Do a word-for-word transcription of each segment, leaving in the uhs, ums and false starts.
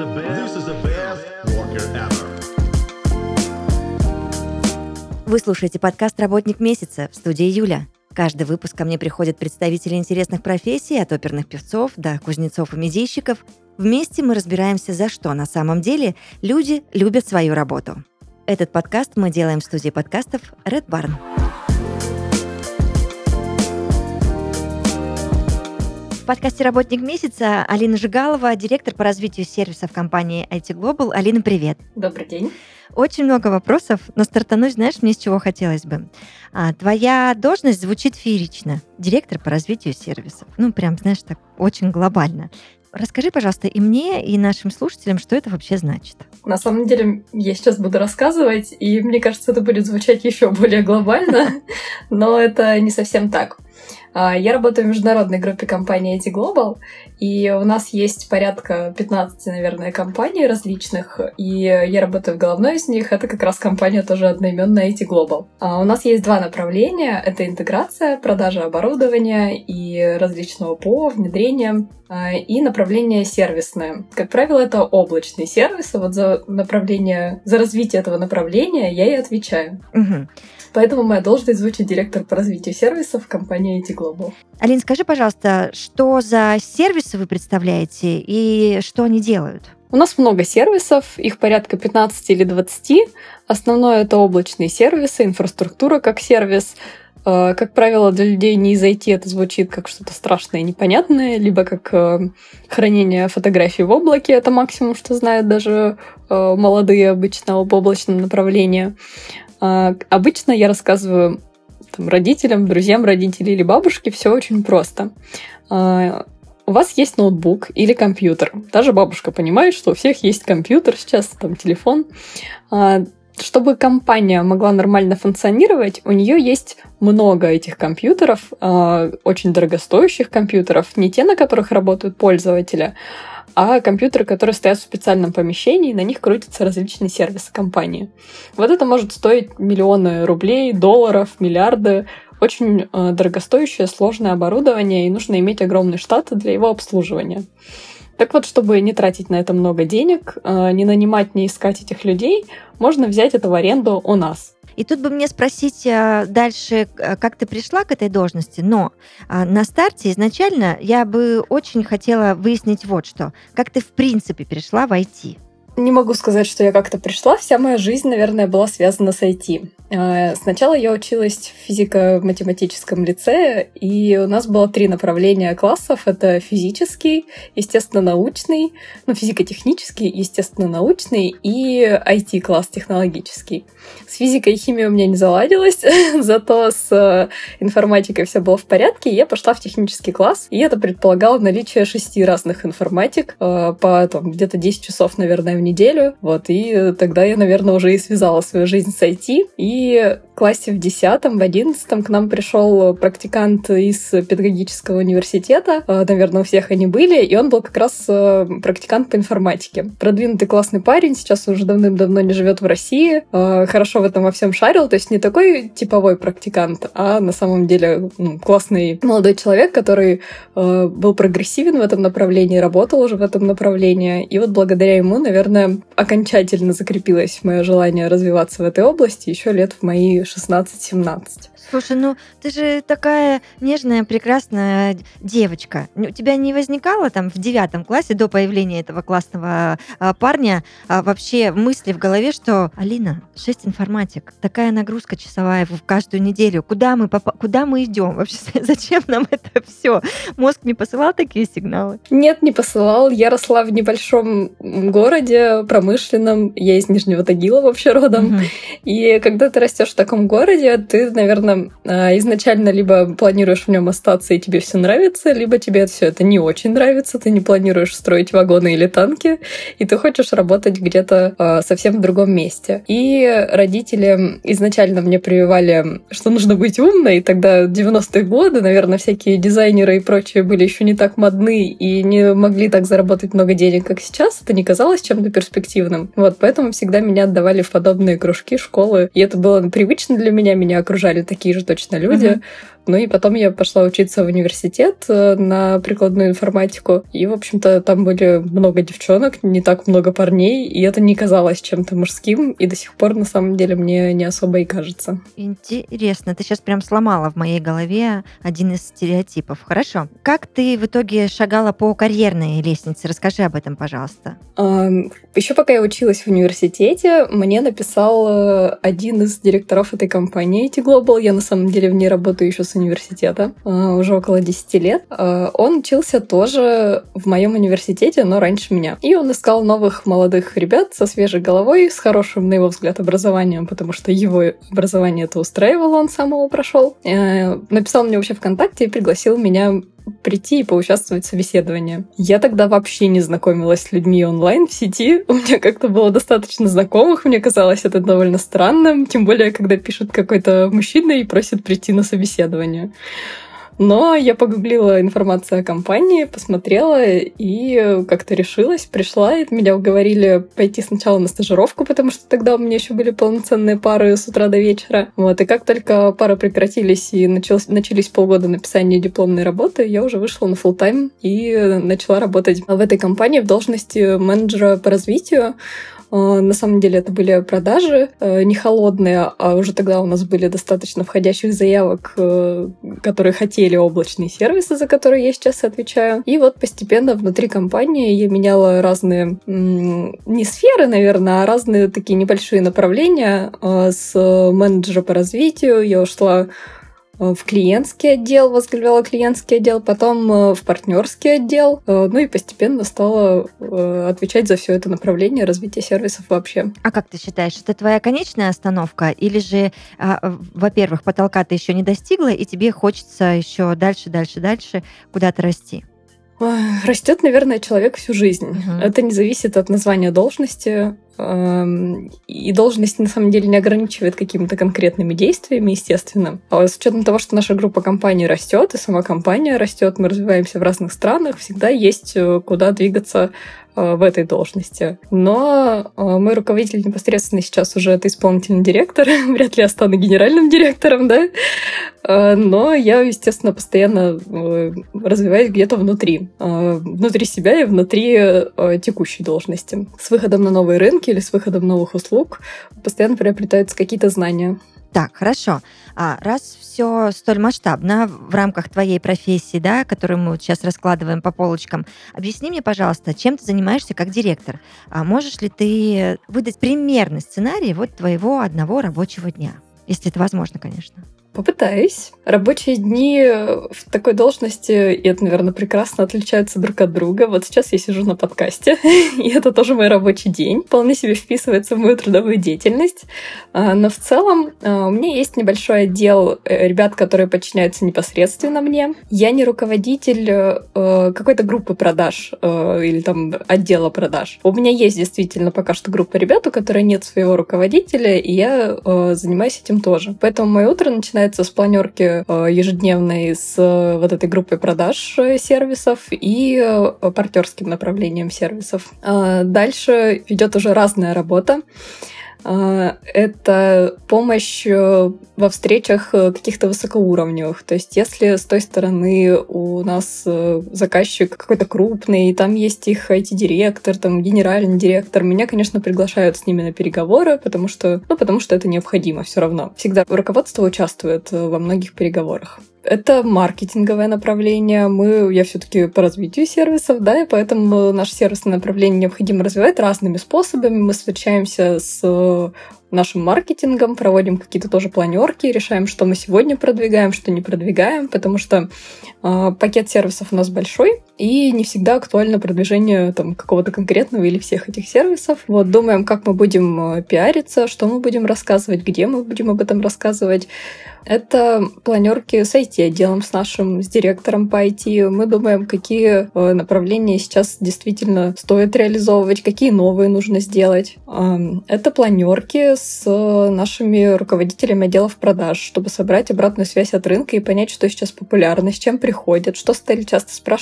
This is the best worker ever. Вы слушаете подкаст «Работник месяца» в студии Юля. Каждый выпуск ко мне приходят представители интересных профессий, от оперных певцов до кузнецов и медийщиков. Вместе мы разбираемся, за что на самом деле люди любят свою работу. Этот подкаст мы делаем в студии подкастов Red Barn. В подкасте «Работник месяца» Алина Жигалова, директор по развитию сервисов компании ай ти Global. Алина, привет. Добрый день. Очень много вопросов, но стартануть, знаешь, мне с чего хотелось бы. А, твоя должность звучит феерично. Директор по развитию сервисов. Ну, прям, знаешь, так очень глобально. Расскажи, пожалуйста, и мне, и нашим слушателям, что это вообще значит. На самом деле, я сейчас буду рассказывать, и мне кажется, это будет звучать еще более глобально, но это не совсем так. Я работаю в международной группе компании ай ти Global, и у нас есть порядка пятнадцать, наверное, компаний различных, и я работаю в головной из них, это как раз компания тоже одноименная ай ти Global. У нас есть два направления, это интеграция, продажа оборудования и различного ПО, внедрение, и направление сервисное. Как правило, это облачные сервисы, вот за направление, за развитие этого направления я и отвечаю. Угу. Поэтому моя должность звучит директор по развитию сервисов в компании ай ти Global. Алин, скажи, пожалуйста, что за сервисы вы представляете и что они делают? У нас много сервисов, их порядка пятнадцать или двадцать. Основное — это облачные сервисы, инфраструктура как сервис. Как правило, для людей не из ай ти это звучит как что-то страшное и непонятное, либо как хранение фотографий в облаке. Это максимум, что знают даже молодые обычно об облачном направлении. Обычно я рассказываю там, родителям, друзьям родителей или бабушке все очень просто. У вас есть ноутбук или компьютер. Даже бабушка понимает, что у всех есть компьютер сейчас, там телефон. Чтобы компания могла нормально функционировать, у нее есть много этих компьютеров, очень дорогостоящих компьютеров, не те, на которых работают пользователи, а компьютеры, которые стоят в специальном помещении, и на них крутятся различные сервисы компании. Вот это может стоить миллионы рублей, долларов, миллиарды. Очень э, дорогостоящее, сложное оборудование, и нужно иметь огромный штат для его обслуживания. Так вот, чтобы не тратить на это много денег, э, не нанимать, не искать этих людей, можно взять это в аренду у нас. И тут бы мне спросить дальше, как ты пришла к этой должности, но на старте изначально я бы очень хотела выяснить вот что. Как ты в принципе пришла в ай ти? Не могу сказать, что я как-то пришла. Вся моя жизнь, наверное, была связана с ай ти. Сначала я училась в физико-математическом лицее, и у нас было три направления классов. Это физический, естественно-научный, ну, физико-технический, естественно-научный и ай ти-класс технологический. С физикой и химией у меня не заладилось, зато с информатикой все было в порядке, и я пошла в технический класс, и это предполагало наличие шести разных информатик по там, где-то десять часов, наверное, в неделю. Вот, и тогда я, наверное, уже и связала свою жизнь с ай ти. И в классе в десятом, в одиннадцатом к нам пришел практикант из педагогического университета. Наверное, у всех они были. И он был как раз практикант по информатике. Продвинутый классный парень. Сейчас уже давным-давно не живет в России. Хорошо в этом во всем шарил. То есть не такой типовой практикант, а на самом деле ну, классный молодой человек, который был прогрессивен в этом направлении, работал уже в этом направлении. И вот благодаря ему, наверное, окончательно закрепилось мое желание развиваться в этой области еще лет в мои шестнадцать-семнадцать. Слушай, ну ты же такая нежная, прекрасная девочка. У тебя не возникало там в девятом классе до появления этого классного а, парня а, вообще мысли в голове, что Алина, шесть информатик, такая нагрузка часовая в каждую неделю. Куда мы, поп- куда мы идем вообще? Зачем нам это все? Мозг не посылал такие сигналы? Нет, не посылал. Я росла в небольшом городе промышленном. Я из Нижнего Тагила вообще родом. Mm-hmm. И когда ты растешь в таком городе, ты, наверное, изначально либо планируешь в нем остаться, и тебе все нравится, либо тебе все это не очень нравится, ты не планируешь строить вагоны или танки, и ты хочешь работать где-то э, совсем в другом месте. И родители изначально мне прививали, что нужно быть умной, и тогда девяностые годы, наверное, всякие дизайнеры и прочие были еще не так модны и не могли так заработать много денег, как сейчас. Это не казалось чем-то перспективным. Вот, поэтому всегда меня отдавали в подобные кружки, школы, и это было привычно для меня, меня окружали такие же точно люди. Ну и потом я пошла учиться в университет на прикладную информатику. И, в общем-то, там были много девчонок, не так много парней, и это не казалось чем-то мужским, и до сих пор, на самом деле, мне не особо и кажется. Интересно, ты сейчас прям сломала в моей голове один из стереотипов. Хорошо. Как ты в итоге шагала по карьерной лестнице? Расскажи об этом, пожалуйста. Еще пока я училась в университете, мне написал один из директоров этой компании ай ти Global. Я, на самом деле, в ней работаю еще с университета, уже около десяти лет. Он учился тоже в моем университете, но раньше меня. И он искал новых молодых ребят со свежей головой, с хорошим, на его взгляд, образованием, потому что его образование это устраивало, он сам его прошел. Написал мне вообще ВКонтакте и пригласил меня прийти и поучаствовать в собеседовании. Я тогда вообще не знакомилась с людьми онлайн в сети. У меня как-то было достаточно знакомых. Мне казалось это довольно странным. Тем более, когда пишет какой-то мужчина и просит прийти на собеседование. Но я погуглила информацию о компании, посмотрела и как-то решилась, пришла, и меня уговорили пойти сначала на стажировку, потому что тогда у меня еще были полноценные пары с утра до вечера. Вот, и как только пары прекратились и началось, начались полгода написания дипломной работы, я уже вышла на фулл-тайм и начала работать в этой компании в должности менеджера по развитию. На самом деле это были продажи не холодные, а уже тогда у нас были достаточно входящих заявок, которые хотели облачные сервисы, за которые я сейчас отвечаю. И вот постепенно внутри компании я меняла разные, не сферы, наверное, а разные такие небольшие направления. С менеджера по развитию я ушла в клиентский отдел, возглавляла клиентский отдел, потом в партнерский отдел, ну и постепенно стала отвечать за все это направление развития сервисов вообще. А как ты считаешь, это твоя конечная остановка? Или же, во-первых, потолка ты еще не достигла, и тебе хочется еще дальше, дальше, дальше куда-то расти? Растет, наверное, человек всю жизнь. Uh-huh. Это не зависит от названия должности. И должность, на самом деле, не ограничивает какими-то конкретными действиями, естественно. А с учетом того, что наша группа компаний растет, и сама компания растет, мы развиваемся в разных странах, всегда есть куда двигаться в этой должности. Но мой руководитель непосредственно сейчас уже это исполнительный директор. Вряд ли я стану генеральным директором, да? Но я, естественно, постоянно развиваюсь где-то внутри. Внутри себя и внутри текущей должности. С выходом на новые рынки или с выходом новых услуг постоянно приобретаются какие-то знания. Так, хорошо. А раз все столь масштабно в рамках твоей профессии, да, которую мы вот сейчас раскладываем по полочкам, объясни мне, пожалуйста, чем ты занимаешься как директор? А можешь ли ты выдать примерный сценарий вот твоего одного рабочего дня? Если это возможно, конечно. Попытаюсь. Рабочие дни в такой должности, и это, наверное, прекрасно отличаются друг от друга. Вот сейчас я сижу на подкасте, и это тоже мой рабочий день. Вполне себе вписывается в мою трудовую деятельность. Но в целом у меня есть небольшой отдел ребят, которые подчиняются непосредственно мне. Я не руководитель какой-то группы продаж или там отдела продаж. У меня есть действительно пока что группа ребят, у которой нет своего руководителя, и я занимаюсь этим тоже. Поэтому мое утро начинается с планерки ежедневной с вот этой группой продаж сервисов и партнерским направлением сервисов. Дальше идет уже разная работа. Это помощь во встречах каких-то высокоуровневых. То есть если с той стороны у нас заказчик какой-то крупный, и там есть их ай ти-директор, там генеральный директор, меня, конечно, приглашают с ними на переговоры, потому что, ну, потому что это необходимо все равно. Всегда руководство участвует во многих переговорах. Это маркетинговое направление. Мы, я все-таки по развитию сервисов, да, и поэтому наше сервисное направление необходимо развивать разными способами. Мы встречаемся с нашим маркетингом, проводим какие-то тоже планерки, решаем, что мы сегодня продвигаем, что не продвигаем, потому что э, пакет сервисов у нас большой, и не всегда актуально продвижение там, какого-то конкретного или всех этих сервисов. Вот, думаем, как мы будем пиариться, что мы будем рассказывать, где мы будем об этом рассказывать. Это планерки с ай ти-отделом, с нашим, с директором по ай ти. Мы думаем, какие направления сейчас действительно стоит реализовывать, какие новые нужно сделать. Это планерки с нашими руководителями отделов продаж, чтобы собрать обратную связь от рынка и понять, что сейчас популярно, с чем приходят, что стали часто спрашивать, чего мы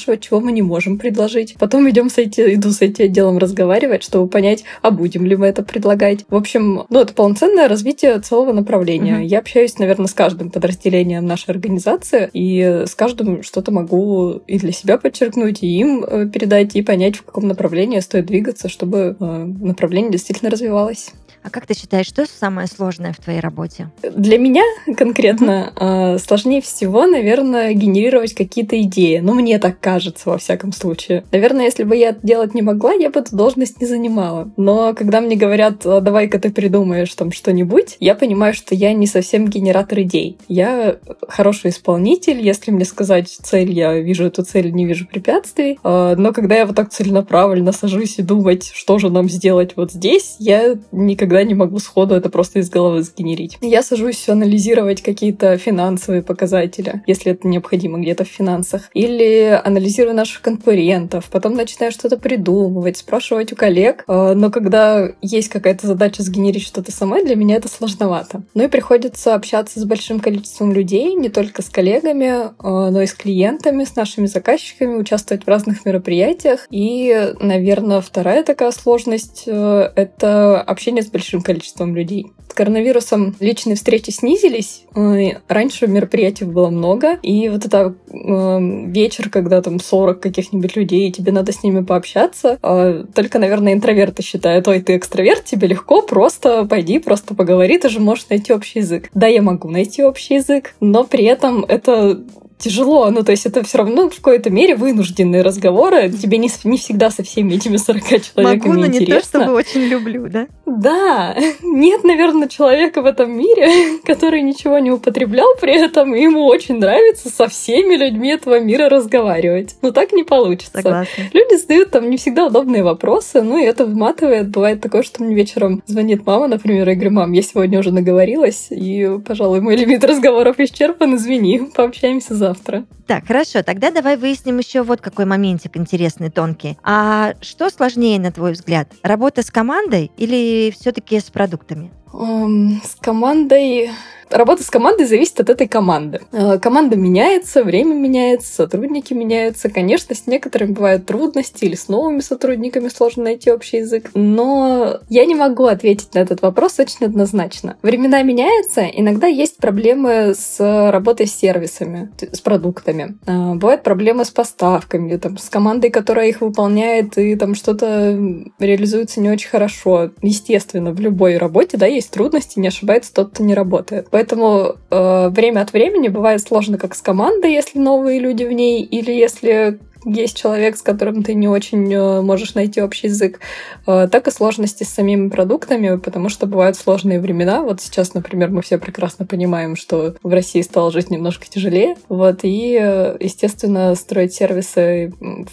мы не можем предложить. Потом идем с IT, иду с ай ти-отделом разговаривать, чтобы понять, а будем ли мы это предлагать. В общем, ну, это полноценное развитие целого направления. Mm-hmm. Я общаюсь, наверное, с каждым подразделением нашей организации, и с каждым что-то могу и для себя подчеркнуть, и им передать, и понять, в каком направлении стоит двигаться, чтобы направление действительно развивалось. А как ты считаешь, что самое сложное в твоей работе? Для меня конкретно mm-hmm. сложнее всего, наверное, генерировать какие-то идеи. Ну, мне так кажется, во всяком случае. Наверное, если бы я это делать не могла, я бы эту должность не занимала. Но когда мне говорят, давай-ка ты придумаешь там что-нибудь, я понимаю, что я не совсем генератор идей. Я хороший исполнитель. Если мне сказать цель, я вижу эту цель, не вижу препятствий. Но когда я вот так целенаправленно сажусь и думать, что же нам сделать вот здесь, я никогда не могу сходу это просто из головы сгенерить. Я сажусь анализировать какие-то финансовые показатели, если это необходимо где-то в финансах, или анализирую наших конкурентов, потом начинаю что-то придумывать, спрашивать у коллег, но когда есть какая-то задача сгенерить что-то самой, для меня это сложновато. Ну и приходится общаться с большим количеством людей, не только с коллегами, но и с клиентами, с нашими заказчиками, участвовать в разных мероприятиях. И, наверное, вторая такая сложность — это общение с большим количеством людей. С коронавирусом личные встречи снизились. Раньше мероприятий было много, и вот это э, вечер, когда там сорок каких-нибудь людей, и тебе надо с ними пообщаться, э, только, наверное, интроверты считают, ой, ты экстраверт, тебе легко, просто пойди, просто поговори, ты же можешь найти общий язык. Да, я могу найти общий язык, но при этом это тяжело, ну, то есть это все равно в какой-то мере вынужденные разговоры, тебе не, не всегда со всеми этими сорока человеками Могу, но интересно. не то, чтобы очень люблю, да? Да, нет, наверное, человека в этом мире, который ничего не употреблял при этом, и ему очень нравится со всеми людьми этого мира разговаривать. Но так не получится. Согласна. Люди задают там не всегда удобные вопросы, ну и это выматывает. Бывает такое, что мне вечером звонит мама, например, и говорю, мам, я сегодня уже наговорилась, и, пожалуй, мой лимит разговоров исчерпан, извини, пообщаемся завтра. Так, хорошо, тогда давай выясним еще вот какой моментик интересный, тонкий. А что сложнее, на твой взгляд? Работа с командой или все-таки с продуктами? Um, с командой... Работа с командой зависит от этой команды. Команда меняется, время меняется, сотрудники меняются. Конечно, с некоторыми бывают трудности, или с новыми сотрудниками сложно найти общий язык. Но я не могу ответить на этот вопрос очень однозначно. Времена меняются, иногда есть проблемы с работой с сервисами, с продуктами. Бывают проблемы с поставками, там, с командой, которая их выполняет, и там что-то реализуется не очень хорошо. Естественно, в любой работе, да, есть трудности, не ошибается тот, кто не работает. Поэтому э, время от времени бывает сложно как с командой, если новые люди в ней, или если есть человек, с которым ты не очень э, можешь найти общий язык, э, так и сложности с самими продуктами, потому что бывают сложные времена. Вот сейчас, например, мы все прекрасно понимаем, что в России стало жить немножко тяжелее. Вот, и, э, естественно, строить сервисы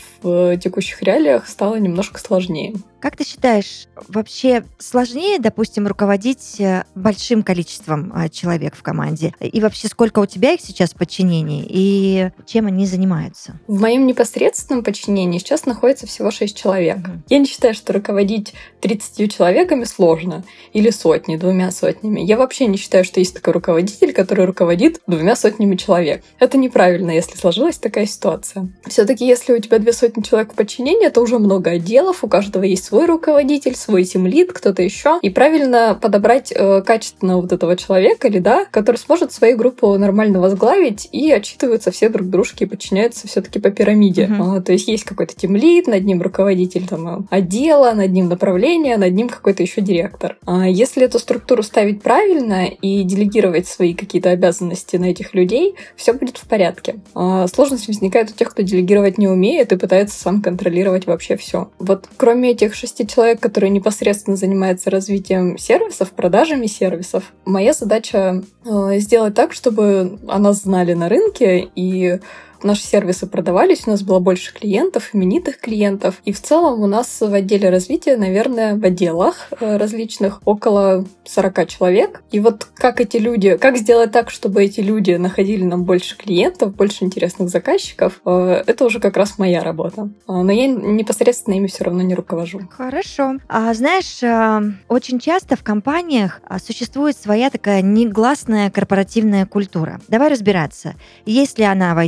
в текущих реалиях стало немножко сложнее. Как ты считаешь, вообще сложнее, допустим, руководить большим количеством человек в команде? И вообще, сколько у тебя их сейчас в подчинении? И чем они занимаются? В моем непосредственном подчинении сейчас находится всего шесть человек. Mm-hmm. Я не считаю, что руководить тридцатью человеками сложно. Или сотней, двумя сотнями. Я вообще не считаю, что есть такой руководитель, который руководит двумя сотнями человек. Это неправильно, если сложилась такая ситуация. Все-таки, если у тебя две сотни человек в подчинении, это уже много отделов, у каждого есть свой руководитель, свой тимлид, кто-то еще. И правильно подобрать э, качественного вот этого человека, лида, который сможет свою группу нормально возглавить, и отчитываются все друг дружке и подчиняются все-таки по пирамиде. Uh-huh. А, то есть есть какой-то тимлид, над ним руководитель там, отдела, над ним направление, над ним какой-то еще директор. А если эту структуру ставить правильно и делегировать свои какие-то обязанности на этих людей, все будет в порядке. А сложность возникает у тех, кто делегировать не умеет и пытается сам контролировать вообще все. Вот кроме этих шести человек, которые непосредственно занимаются развитием сервисов, продажами сервисов, моя задача э, сделать так, чтобы о нас знали на рынке, и наши сервисы продавались, у нас было больше клиентов, именитых клиентов. И в целом у нас в отделе развития, наверное, в отделах различных около сорок человек. И вот как эти люди, как сделать так, чтобы эти люди находили нам больше клиентов, больше интересных заказчиков, это уже как раз моя работа. Но я непосредственно ими все равно не руковожу. Хорошо. А знаешь, очень часто в компаниях существует своя такая негласная корпоративная культура. Давай разбираться. Есть ли она в ай ти Global,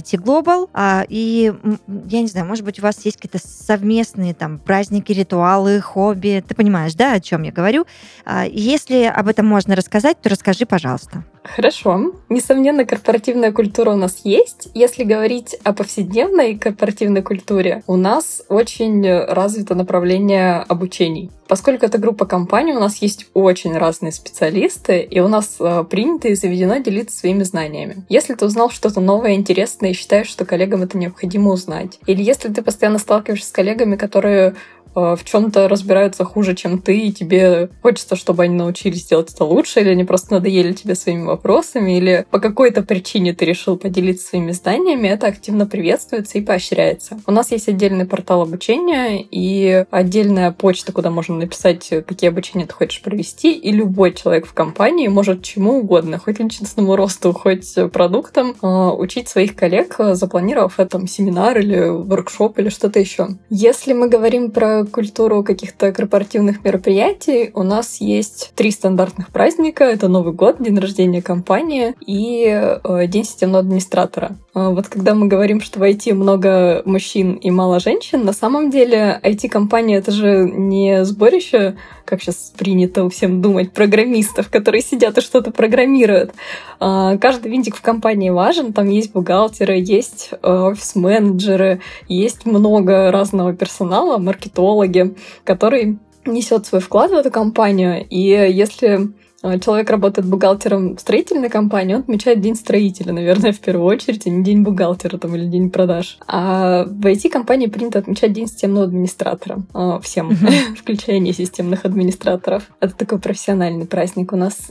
Global, а, и, я не знаю, может быть, у вас есть какие-то совместные там праздники, ритуалы, хобби. Ты понимаешь, да, о чем я говорю? А, если об этом можно рассказать, то расскажи, пожалуйста. Хорошо. Несомненно, корпоративная культура у нас есть. Если говорить о повседневной корпоративной культуре, у нас очень развито направление обучений. Поскольку это группа компаний, у нас есть очень разные специалисты, и у нас э, принято и заведено делиться своими знаниями. Если ты узнал что-то новое, интересное, и считаешь, что коллегам это необходимо узнать, или если ты постоянно сталкиваешься с коллегами, которые в чем-то разбираются хуже, чем ты, и тебе хочется, чтобы они научились делать это лучше, или они просто надоели тебе своими вопросами, или по какой-то причине ты решил поделиться своими знаниями, это активно приветствуется и поощряется. У нас есть отдельный портал обучения и отдельная почта, куда можно написать, какие обучения ты хочешь провести, и любой человек в компании может чему угодно, хоть личностному росту, хоть продуктам, учить своих коллег, запланировав это семинар или воркшоп или что-то еще. Если мы говорим про культуру каких-то корпоративных мероприятий, у нас есть три стандартных праздника. Это Новый год, день рождения компании и э, День системного администратора. Э, вот когда мы говорим, что в ай ти много мужчин и мало женщин, на самом деле ай ти-компания — это же не сборище, как сейчас принято всем думать, программистов, которые сидят и что-то программируют. Э, каждый винтик в компании важен. Там есть бухгалтеры, есть э, офис-менеджеры, есть много разного персонала, маркетологи, который несет свой вклад в эту компанию. И если человек работает бухгалтером в строительной компании, он отмечает День строителя, наверное, в первую очередь, а не День бухгалтера там, или День продаж. А в ай ти-компании принято отмечать День системного администратора. Всем, mm-hmm. включая несистемных администраторов. Это такой профессиональный праздник у нас.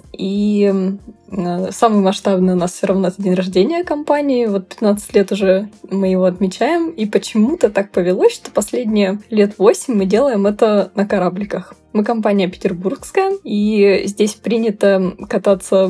И самый масштабный у нас все равно это день рождения компании. Вот пятнадцать лет уже мы его отмечаем. И почему-то так повелось, что последние лет восемь мы делаем это на корабликах. Мы компания петербургская, и здесь принято кататься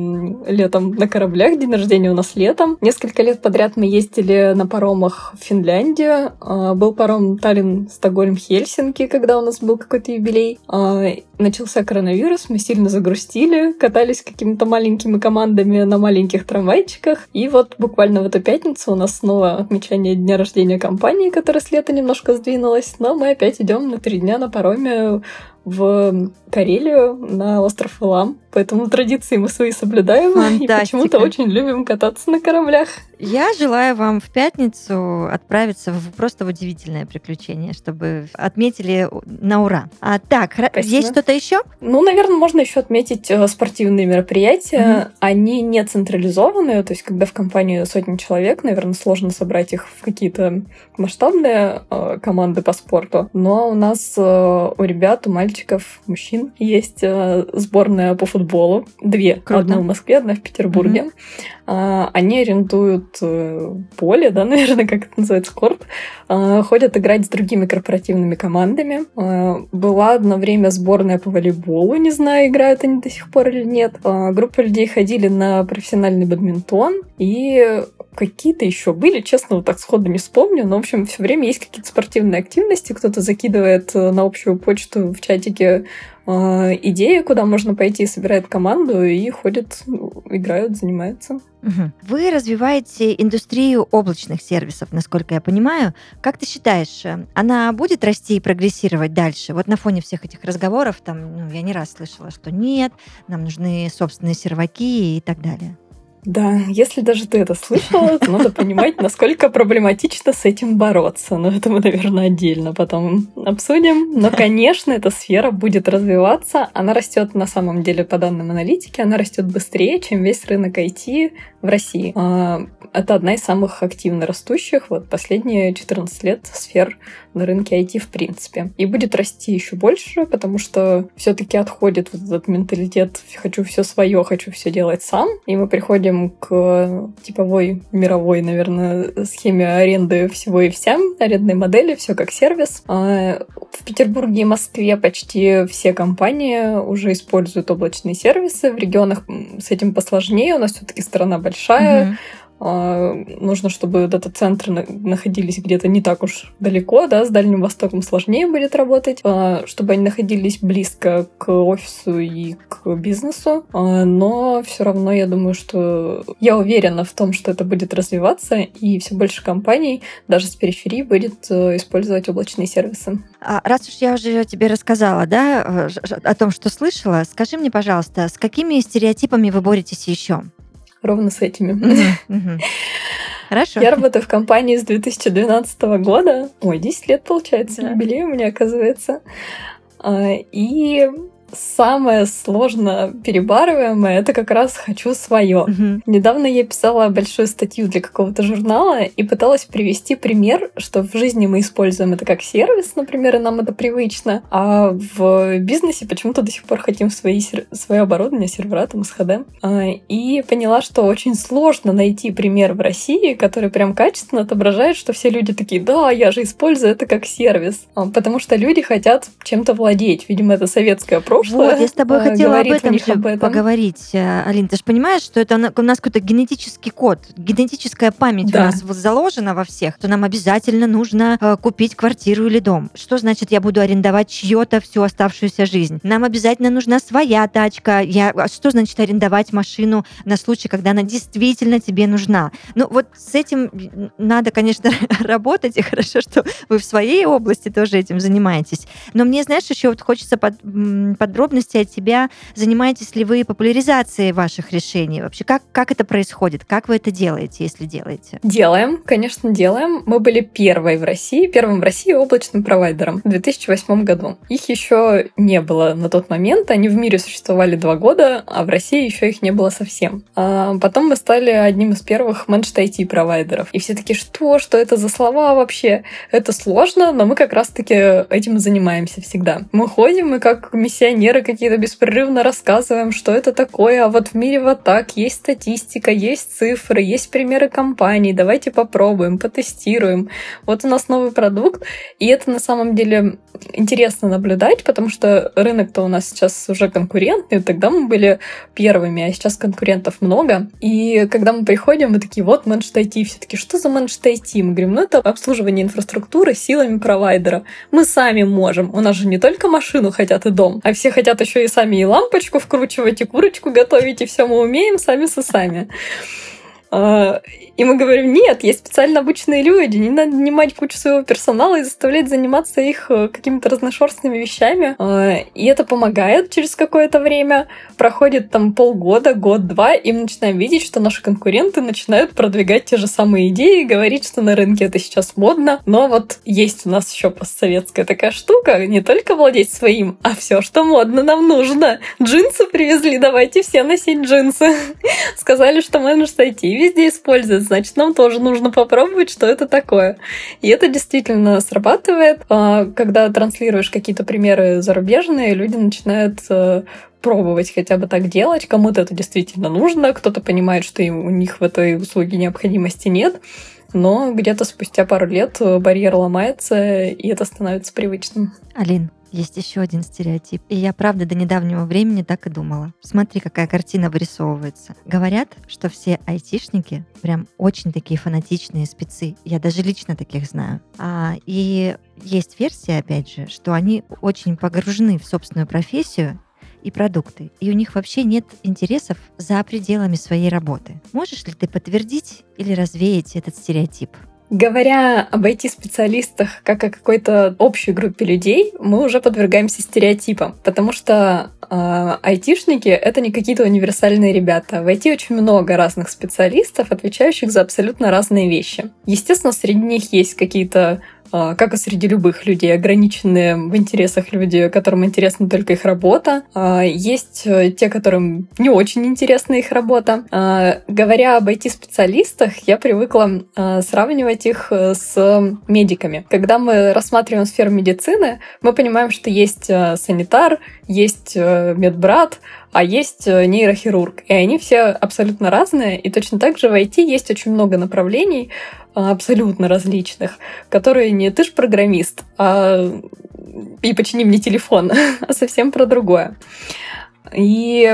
летом на кораблях. День рождения у нас летом. Несколько лет подряд мы ездили на паромах в Финляндию. Был паром Таллин, Стокгольм, Хельсинки, когда у нас был какой-то юбилей. Начался коронавирус, мы сильно загрустили, катались какими-то маленькими командами на маленьких трамвайчиках. И вот буквально в эту пятницу у нас снова отмечание дня рождения компании, которая с лета немножко сдвинулась, но мы опять идем на три дня на пароме в Карелию, на остров Илам. Поэтому традиции мы свои соблюдаем. Фантастика. И почему-то очень любим кататься на кораблях. Я желаю вам в пятницу отправиться в просто в удивительное приключение, чтобы отметили на ура. А, так, Спасибо. Есть что-то еще? Ну, наверное, можно еще отметить спортивные мероприятия. Mm-hmm. Они не централизованные, то есть когда в компании сотни человек, наверное, сложно собрать их в какие-то масштабные э, команды по спорту. Но у нас э, у ребят, у мальчиков, мужчин есть э, сборная по футболу. Две. Круто. Одна в Москве, одна в Петербурге. Mm-hmm. Они арендуют поле, да, наверное, как это называется, корт. Ходят играть с другими корпоративными командами. Была одно время сборная по волейболу, не знаю, играют они до сих пор или нет. Группа людей ходили на профессиональный бадминтон, и какие-то еще были, честно, вот так сходу не вспомню, но, в общем, все время есть какие-то спортивные активности, кто-то закидывает на общую почту в чатике идеи, куда можно пойти, собирает команду и ходят, играют, занимаются. Угу. Вы развиваете индустрию облачных сервисов, насколько я понимаю. Как ты считаешь, она будет расти и прогрессировать дальше? Вот на фоне всех этих разговоров, там, ну, я не раз слышала, что нет, нам нужны собственные серваки и так далее. Да, если даже ты это слышала, то надо понимать, насколько проблематично с этим бороться. Но это мы, наверное, отдельно потом обсудим. Но, конечно, эта сфера будет развиваться. Она растет на самом деле, по данным аналитики, она растет быстрее, чем весь рынок ай ти в России. Это одна из самых активно растущих вот последние четырнадцать лет сфер на рынке ай ти в принципе. И будет расти еще больше, потому что все-таки отходит вот этот менталитет «хочу все свое, хочу все делать сам». И мы приходим к типовой мировой, наверное, схеме аренды всего и вся, арендной модели, все как сервис. В Петербурге и Москве почти все компании уже используют облачные сервисы. В регионах с этим посложнее, у нас все-таки страна большая. Mm-hmm. нужно, чтобы дата-центры находились где-то не так уж далеко, да, с Дальним Востоком сложнее будет работать, чтобы они находились близко к офису и к бизнесу, но все равно я думаю, что я уверена в том, что это будет развиваться, и все больше компаний, даже с периферии, будет использовать облачные сервисы. А раз уж я уже тебе рассказала, да, о том, что слышала, скажи мне, пожалуйста, с какими стереотипами вы боретесь еще? Ровно с этими. Хорошо. Я работаю в компании с две тысячи двенадцатого года. Ой, десять лет, получается, юбилей у меня, оказывается. И самое сложно перебарываемое — это как раз «хочу свое». Угу. Недавно я писала большую статью для какого-то журнала и пыталась привести пример, что в жизни мы используем это как сервис, например, и нам это привычно, а в бизнесе почему-то до сих пор хотим свои, свое оборудование, сервера, там, эс эйч ди. И поняла, что очень сложно найти пример в России, который прям качественно отображает, что все люди такие: да, я же использую это как сервис. Потому что люди хотят чем-то владеть. Видимо, это советское прошлое. Вот, я с тобой э, хотела об говорит у этом них же об этом. поговорить, Алин. Ты же понимаешь, что это у нас какой-то генетический код, генетическая память Да. у нас вот заложена во всех, что нам обязательно нужно э, купить квартиру или дом. Что значит, я буду арендовать чьё-то всю оставшуюся жизнь? Нам обязательно нужна своя тачка. Я... а Что значит арендовать машину на случай, когда она действительно тебе нужна? Ну вот с этим надо, конечно, работать, и хорошо, что вы в своей области тоже этим занимаетесь. Но мне, знаешь, еще вот хочется под, подробности от тебя. Занимаетесь ли вы популяризацией ваших решений? Вообще, как, как это происходит? Как вы это делаете, если делаете? Делаем, конечно, делаем. Мы были первой в России, первым в России облачным провайдером в две тысячи восьмом году. Их еще не было на тот момент. Они в мире существовали два года, а в России еще их не было совсем. А потом мы стали одним из первых managed ай ти-провайдеров. И все такие: что? Что это за слова вообще? Это сложно, но мы как раз-таки этим и занимаемся всегда. Мы ходим и как миссионеры какие-то беспрерывно рассказываем, что это такое, а вот в мире вот так, есть статистика, есть цифры, есть примеры компаний, давайте попробуем, потестируем. Вот у нас новый продукт, и это на самом деле интересно наблюдать, потому что рынок-то у нас сейчас уже конкурентный, тогда мы были первыми, а сейчас конкурентов много, и когда мы приходим, мы такие: вот managed ай ти, все таки: что за managed ай ти? Мы говорим: ну это обслуживание инфраструктуры силами провайдера. Мы сами можем, у нас же не только машину хотят и дом, а все хотят еще и сами и лампочку вкручивать, и курочку готовить, и все мы умеем сами со сами. И мы говорим: нет, есть специально обученные люди, не надо нанимать кучу своего персонала и заставлять заниматься их какими-то разношерстными вещами. И это помогает через какое-то время. Проходит там полгода, год-два, и мы начинаем видеть, что наши конкуренты начинают продвигать те же самые идеи, говорить, что на рынке это сейчас модно. Но вот есть у нас еще постсоветская такая штука: не только владеть своим, а все, что модно, нам нужно. Джинсы привезли, давайте все носить джинсы. Сказали, что managed ай ти везде используют, значит, нам тоже нужно попробовать, что это такое. И это действительно срабатывает. Когда транслируешь какие-то примеры зарубежные, люди начинают пробовать хотя бы так делать. Кому-то это действительно нужно, кто-то понимает, что у них в этой услуге необходимости нет, но где-то спустя пару лет барьер ломается, и это становится привычным. Алин, есть еще один стереотип. И я, правда, до недавнего времени так и думала. Смотри, какая картина вырисовывается. Говорят, что все айтишники прям очень такие фанатичные спецы. Я даже лично таких знаю. А, и есть версия, опять же, что они очень погружены в собственную профессию и продукты, и у них вообще нет интересов за пределами своей работы. Можешь ли ты подтвердить или развеять этот стереотип? Говоря об ай ти-специалистах как о какой-то общей группе людей, мы уже подвергаемся стереотипам, потому что э, айтишники — это не какие-то универсальные ребята. В ай ти очень много разных специалистов, отвечающих за абсолютно разные вещи. Естественно, среди них есть какие-то, как и среди любых людей, ограниченные в интересах люди, которым интересна только их работа. Есть те, которым не очень интересна их работа. Говоря об ай ти-специалистах, я привыкла сравнивать их с медиками. Когда мы рассматриваем сферу медицины, мы понимаем, что есть санитар, есть медбрат, а есть нейрохирург. И они все абсолютно разные. И точно так же в ай ти есть очень много направлений, абсолютно различных, которые не ты ж программист, а и почини мне телефон, а совсем про другое. И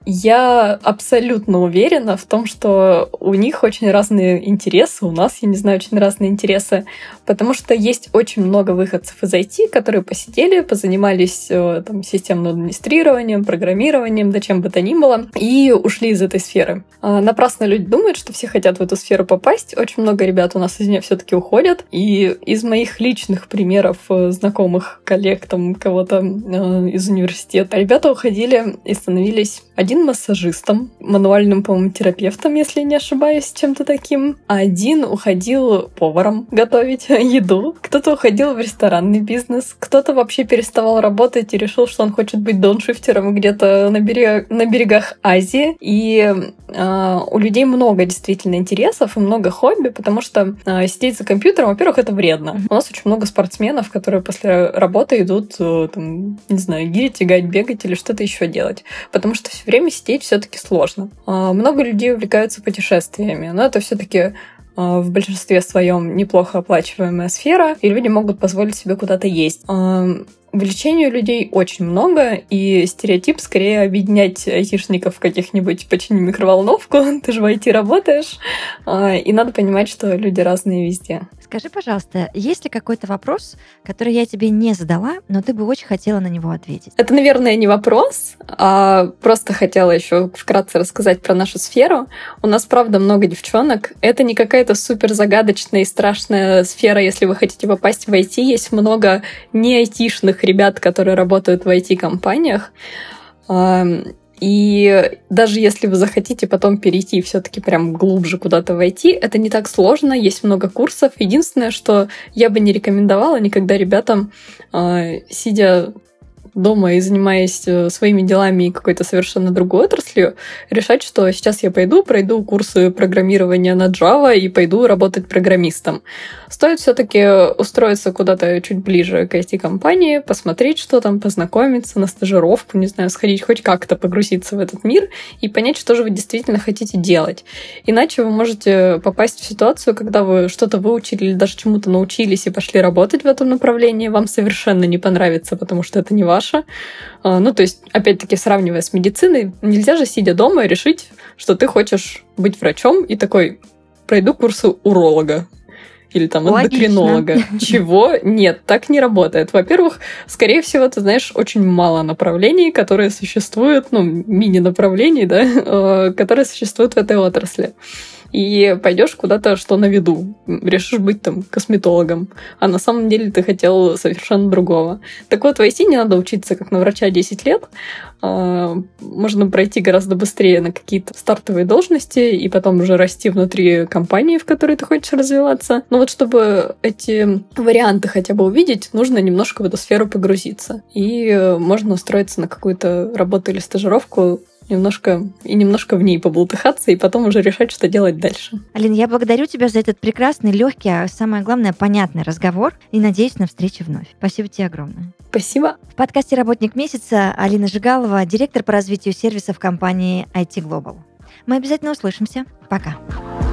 Я абсолютно уверена в том, что у них очень разные интересы, у нас, я не знаю, очень разные интересы, потому что есть очень много выходцев из ай ти, которые посидели, позанимались там, системным администрированием, программированием, да чем бы то ни было, и ушли из этой сферы. Напрасно люди думают, что все хотят в эту сферу попасть. Очень много ребят у нас из нее все-таки уходят. И из моих личных примеров знакомых, коллег, там, кого-то э, из университета, ребята уходили и становились один массажистом, мануальным, по-моему, терапевтом, если не ошибаюсь, чем-то таким. А один уходил поваром готовить еду. Кто-то уходил в ресторанный бизнес. Кто-то вообще переставал работать и решил, что он хочет быть дауншифтером где-то на, берег... на берегах Азии. И э, у людей много действительно интересов и много хобби, потому что э, сидеть за компьютером, во-первых, это вредно. Mm-hmm. У нас очень много спортсменов, которые после работы идут, э, там, не знаю, гири тягать, бегать или что-то еще делать. Потому что все время сидеть все-таки сложно. Э, много людей увлекаются путешествиями, но это все-таки в большинстве своем неплохо оплачиваемая сфера, и люди могут позволить себе куда-то есть. Увлечений у людей очень много, и стереотип скорее объединять айтишников каких-нибудь «почини микроволновку», ты же в ай ти работаешь, и надо понимать, что люди разные везде. Скажи, пожалуйста, есть ли какой-то вопрос, который я тебе не задала, но ты бы очень хотела на него ответить? Это, наверное, не вопрос, а просто хотела еще вкратце рассказать про нашу сферу. У нас, правда, много девчонок. Это не какая-то супер загадочная и страшная сфера, если вы хотите попасть в ай ти. Есть много не айтишных ребят, которые работают в ай ти-компаниях. И даже если вы захотите потом перейти все-таки прям глубже куда-то в ай ти, это не так сложно, есть много курсов. Единственное, что я бы не рекомендовала никогда ребятам, сидя дома и занимаясь своими делами и какой-то совершенно другой отраслью, решать, что сейчас я пойду, пройду курсы программирования на Java и пойду работать программистом. Стоит все-таки устроиться куда-то чуть ближе к ай ти-компании, посмотреть, что там, познакомиться, на стажировку, не знаю, сходить хоть как-то погрузиться в этот мир и понять, что же вы действительно хотите делать. Иначе вы можете попасть в ситуацию, когда вы что-то выучили или даже чему-то научились и пошли работать в этом направлении, вам совершенно не понравится, потому что это не ваше. Ну, то есть, опять-таки, сравнивая с медициной, нельзя же, сидя дома, решить, что ты хочешь быть врачом и такой, пройду курсы уролога или там эндокринолога. Чего? Нет, так не работает. Во-первых, скорее всего, ты знаешь очень мало направлений, которые существуют, ну, мини-направлений, да, которые существуют в этой отрасли. И пойдешь куда-то, что на виду. Решишь быть там косметологом. А на самом деле ты хотел совершенно другого. Так вот, в ай ти не надо учиться как на врача десять лет. Можно пройти гораздо быстрее на какие-то стартовые должности и потом уже расти внутри компании, в которой ты хочешь развиваться. Но вот чтобы эти варианты хотя бы увидеть, нужно немножко в эту сферу погрузиться. И можно устроиться на какую-то работу или стажировку, немножко и немножко в ней побултыхаться, и потом уже решать, что делать дальше. Алина, я благодарю тебя за этот прекрасный, легкий, а самое главное, понятный разговор, и надеюсь на встречу вновь. Спасибо тебе огромное. Спасибо. В подкасте «Работник месяца» Алина Жигалова, директор по развитию сервисов компании ай ти Global. Мы обязательно услышимся. Пока.